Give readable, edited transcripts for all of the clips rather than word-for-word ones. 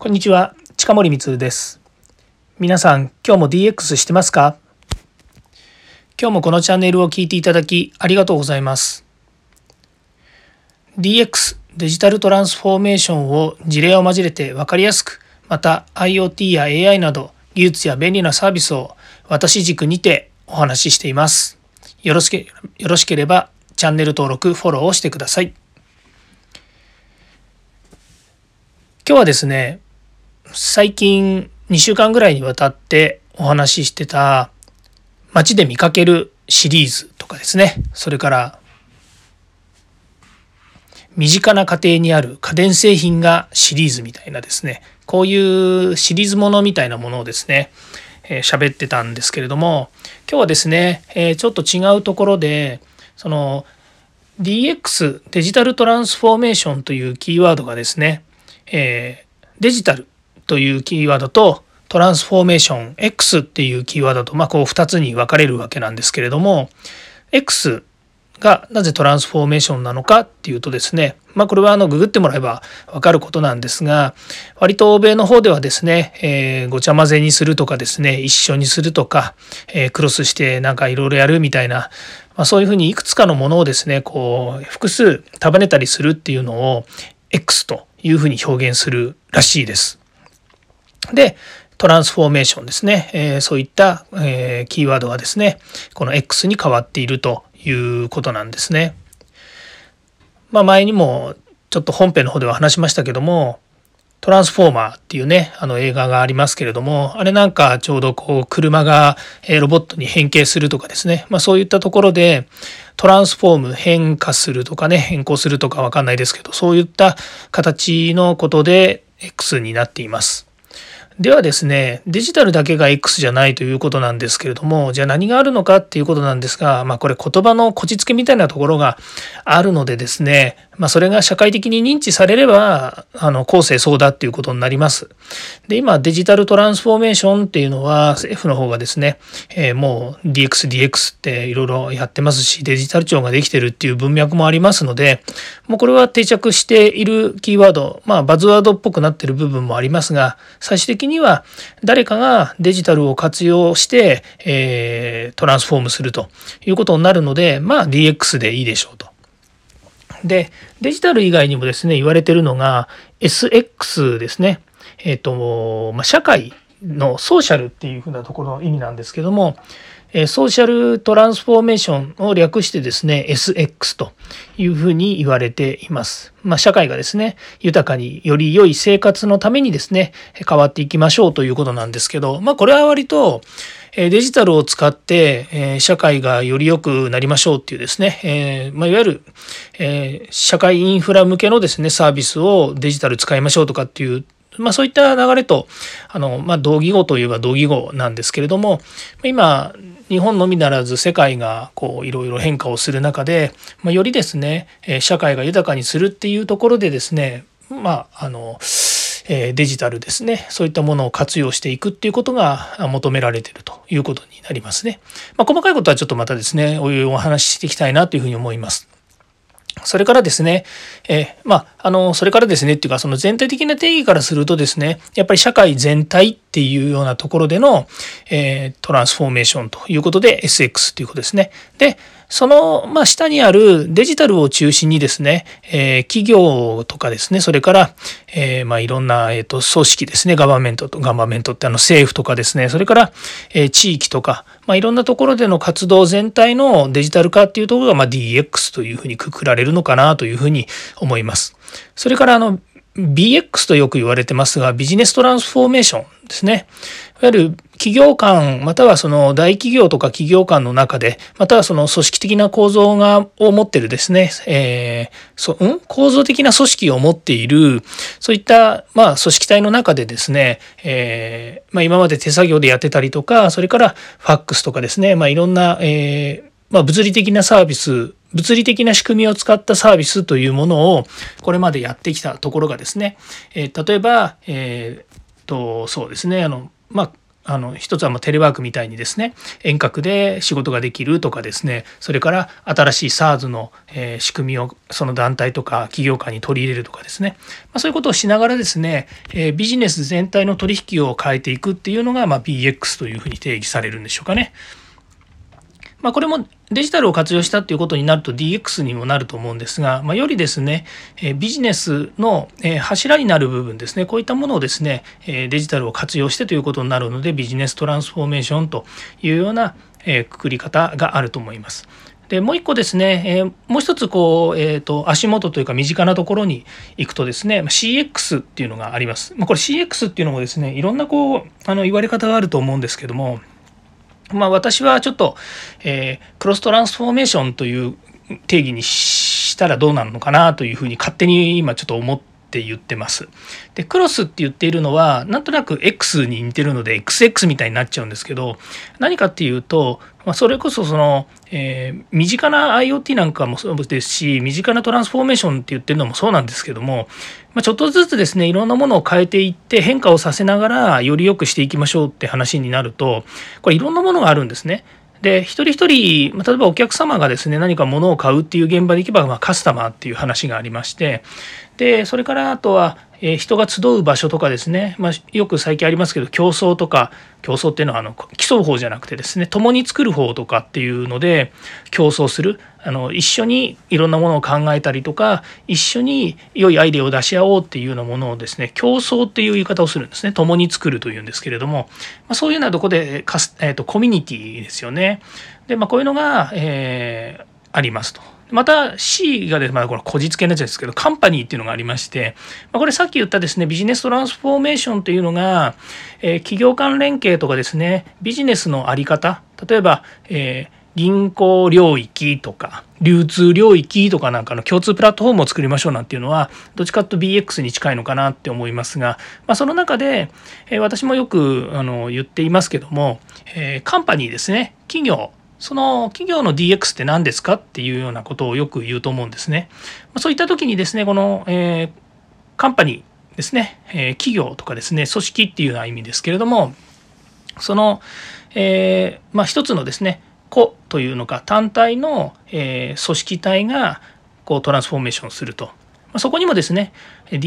こんにちは、近森光です。皆さん、今日も DX してますか？今日もこのチャンネルを聞いていただきありがとうございます。DX、デジタルトランスフォーメーションを事例を交えて分かりやすく、また IoT や AI など技術や便利なサービスを私軸にてお話ししています。よろしければチャンネル登録、フォローをしてください。今日はですね、最近2週間ぐらいにわたってお話ししてた街で見かけるシリーズとかですね、それから身近な家庭にある家電製品がシリーズみたいなですね、こういうシリーズものみたいなものをですね、喋ってたんですけれども、今日はですね、ちょっと違うところでその DX デジタルトランスフォーメーションというキーワードがですね、デジタルというキーワードとトランスフォーメーション X っていうキーワードとこう2つに分かれるわけなんですけれども、 X がなぜトランスフォーメーションなのかっていうとですね、これはググってもらえば分かることなんですが、割と欧米の方ではですね、ごちゃ混ぜにするとかですね、一緒にするとか、クロスしていろいろやるみたいな、そういうふうにいくつかのものをですねこう複数束ねたりするっていうのを X というふうに表現するらしいです。で、トランスフォーメーションですね、そういった、キーワードがですねこの X に変わっているということなんですね。前にもちょっと本編の方では話しましたけども、トランスフォーマーっていうね映画がありますけれども、あれちょうどこう車がロボットに変形するとかですね、そういったところでトランスフォーム、変化するとかね、変更するとか分かんないですけど、そういった形のことで X になっています。ではですね、デジタルだけが X じゃないということなんですけれども、じゃあ何があるのかっていうことなんですが、これ言葉のこじつけみたいなところがあるのでですね、それが社会的に認知されれば公正そうだっていうことになります。で、今デジタルトランスフォーメーションっていうのは政府の方がですね、もう DX っていろいろやってますし、デジタル庁ができてるっていう文脈もありますので、もうこれは定着しているキーワード、バズワードっぽくなっている部分もありますが、最終的には誰かがデジタルを活用して、トランスフォームするということになるので、DX でいいでしょうと。で、デジタル以外にもですね言われているのが SX ですね。社会のソーシャルっていうふうなところの意味なんですけども、ソーシャルトランスフォーメーションを略してですね SX というふうに言われています。社会がですね豊かにより良い生活のためにですね変わっていきましょうということなんですけど、これは割とデジタルを使って社会がより良くなりましょうっていうですね、いわゆる社会インフラ向けのですねサービスをデジタル使いましょうとかっていう、そういった流れと同義語といえば同義語なんですけれども、今日本のみならず世界がいろいろ変化をする中で、よりですね社会が豊かにするっていうところでですね、デジタルですね、そういったものを活用していくっていうことが求められているということになりますね。細かいことはちょっとまたですねお話ししていきたいなというふうに思います。それからですね、それからですねっていうか、その全体的な定義からするとですね、やっぱり社会全体っていうようなところでの、トランスフォーメーションということで SX ということですね。で、その、下にあるデジタルを中心にですね、企業とかですね、それから、いろんな、組織ですね、ガバメントって政府とかですね、それから、地域とか、いろんなところでの活動全体のデジタル化っていうところが、DX というふうにくくられるのかなというふうに思います。それからBX とよく言われてますが、ビジネストランスフォーメーションですね。いわゆる企業間、またはその大企業とか企業間の中で、またはその組織的な構造を持っているですね、構造的な組織を持っている、そういった組織体の中でですね、今まで手作業でやってたりとか、それからファックスとかですね、いろんな、物理的なサービス、物理的な仕組みを使ったサービスというものをこれまでやってきたところがですね、例えば、そうですね、 一つはテレワークみたいにですね、遠隔で仕事ができるとかですね、それから新しい SaaS の仕組みをその団体とか企業間に取り入れるとかですね、そういうことをしながらですね、ビジネス全体の取引を変えていくっていうのがBX というふうに定義されるんでしょうかね。これもデジタルを活用したということになると DX にもなると思うんですが、よりですね、ビジネスの柱になる部分ですね、こういったものをですね、デジタルを活用してということになるので、ビジネストランスフォーメーションというようなくくり方があると思います。でもう一個ですね、もう一つ足元というか身近なところに行くとですね、CX っていうのがあります。これ CX っていうのもですね、いろんな言われ方があると思うんですけども、私はちょっと、クロストランスフォーメーションという定義にしたらどうなるのかなというふうに勝手に今ちょっと思って言ってます。で、クロスって言っているのはなんとなく X に似てるので XX みたいになっちゃうんですけど、何かっていうと、それこそ身近な IoT なんかもそうですし、身近なトランスフォーメーションって言ってるのもそうなんですけども、ちょっとずつですね、いろんなものを変えていって変化をさせながらより良くしていきましょうって話になると、これいろんなものがあるんですね。で、一人一人、例えばお客様がですね、何か物を買うっていう現場でいけば、カスタマーっていう話がありまして、で、それからあとは、人が集う場所とかですね、よく最近ありますけど、競争っていうのは競う方じゃなくてですね、共に作る方とかっていうので競争する、一緒にいろんなものを考えたりとか、一緒に良いアイデアを出し合おうっていうようなものをですね、競争っていう言い方をするんですね。共に作るというんですけれども、そういうようなとこでコミュニティですよね。で、こういうのが、ありますと。また C がですね、これこじつけになっちゃうんですけど、カンパニーっていうのがありまして、これさっき言ったですね、ビジネストランスフォーメーションというのが、企業間連携とかですね、ビジネスの在り方、例えば、銀行領域とか流通領域とかなんかの共通プラットフォームを作りましょうなんていうのはどっちかというと BX に近いのかなって思いますが、その中で私もよく言っていますけども、カンパニーですね、企業、その企業の DX って何ですかっていうようなことをよく言うと思うんですね。そういった時にですね、この、カンパニーですね、企業とかですね、組織っていうような意味ですけれども、その、一つのですね、個というのか単体の、組織体がトランスフォーメーションすると。そこにもですね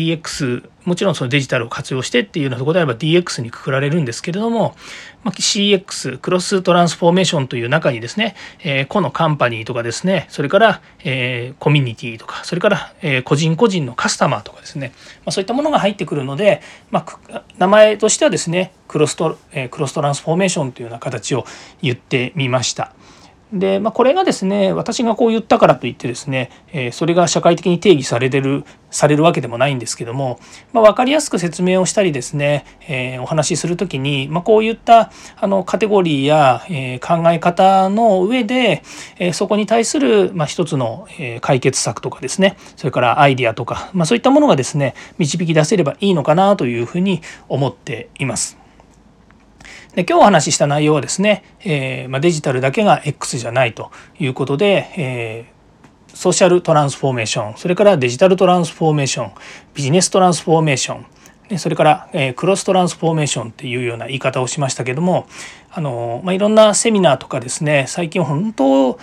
DX、 もちろんそのデジタルを活用してっていうようなところであれば DX にくくられるんですけれども、CX クロストランスフォーメーションという中にですね、個のカンパニーとかですね、それから、コミュニティとか、それから、個人個人のカスタマーとかですね、そういったものが入ってくるので、名前としてはですねクロストランスフォーメーションというような形を言ってみました。で、これがですね、私がこう言ったからといってですね、それが社会的に定義されるわけでもないんですけども、分かりやすく説明をしたりですね、お話しするときに、こういったカテゴリーや、考え方の上で、そこに対する、一つの、解決策とかですね、それからアイディアとか、そういったものがですね導き出せればいいのかなというふうに思っています。で、今日お話しした内容はですね、デジタルだけが X じゃないということで、ソーシャルトランスフォーメーション、それからデジタルトランスフォーメーション、ビジネストランスフォーメーション、それからクロストランスフォーメーションっていうような言い方をしましたけども、いろんなセミナーとかですね、最近本当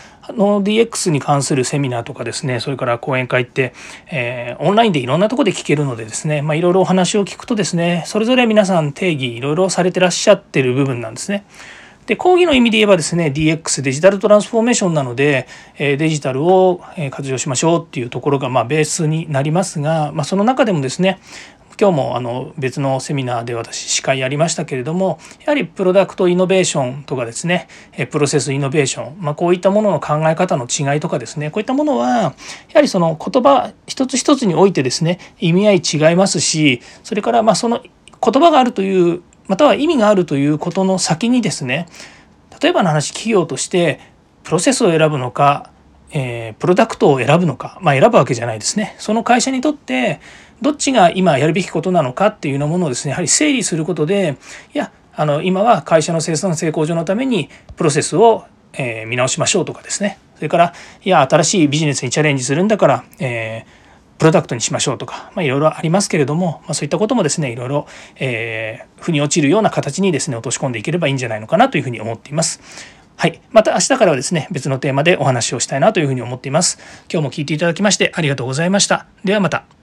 DX に関するセミナーとかですね、それから講演会って、オンラインでいろんなところで聞けるのでですね、いろいろお話を聞くとですね、それぞれ皆さん定義いろいろされてらっしゃってる部分なんですね。で、講義の意味で言えばですね DX デジタルトランスフォーメーションなのでデジタルを活用しましょうっていうところがベースになりますが、その中でもですね、今日も別のセミナーで私司会やりましたけれども、やはりプロダクトイノベーションとかですね、プロセスイノベーション、こういったものの考え方の違いとかですね、こういったものはやはりその言葉一つ一つにおいてですね意味合い違いますし、それからその言葉があるというまたは意味があるということの先にですね、例えばの話、企業としてプロセスを選ぶのか、プロダクトを選ぶのか、選ぶわけじゃないですね。その会社にとってどっちが今やるべきことなのかっていうようなものをですね、やはり整理することで、今は会社の生産成功上のためにプロセスを見直しましょうとかですね、それから新しいビジネスにチャレンジするんだから、 プロダクトにしましょうとか、いろいろありますけれども、そういったこともですねいろいろ、腑に落ちるような形にですね落とし込んでいければいいんじゃないのかなというふうに思っています。はい、また明日からはですね別のテーマでお話をしたいなというふうに思っています。今日も聞いていただきましてありがとうございました。ではまた。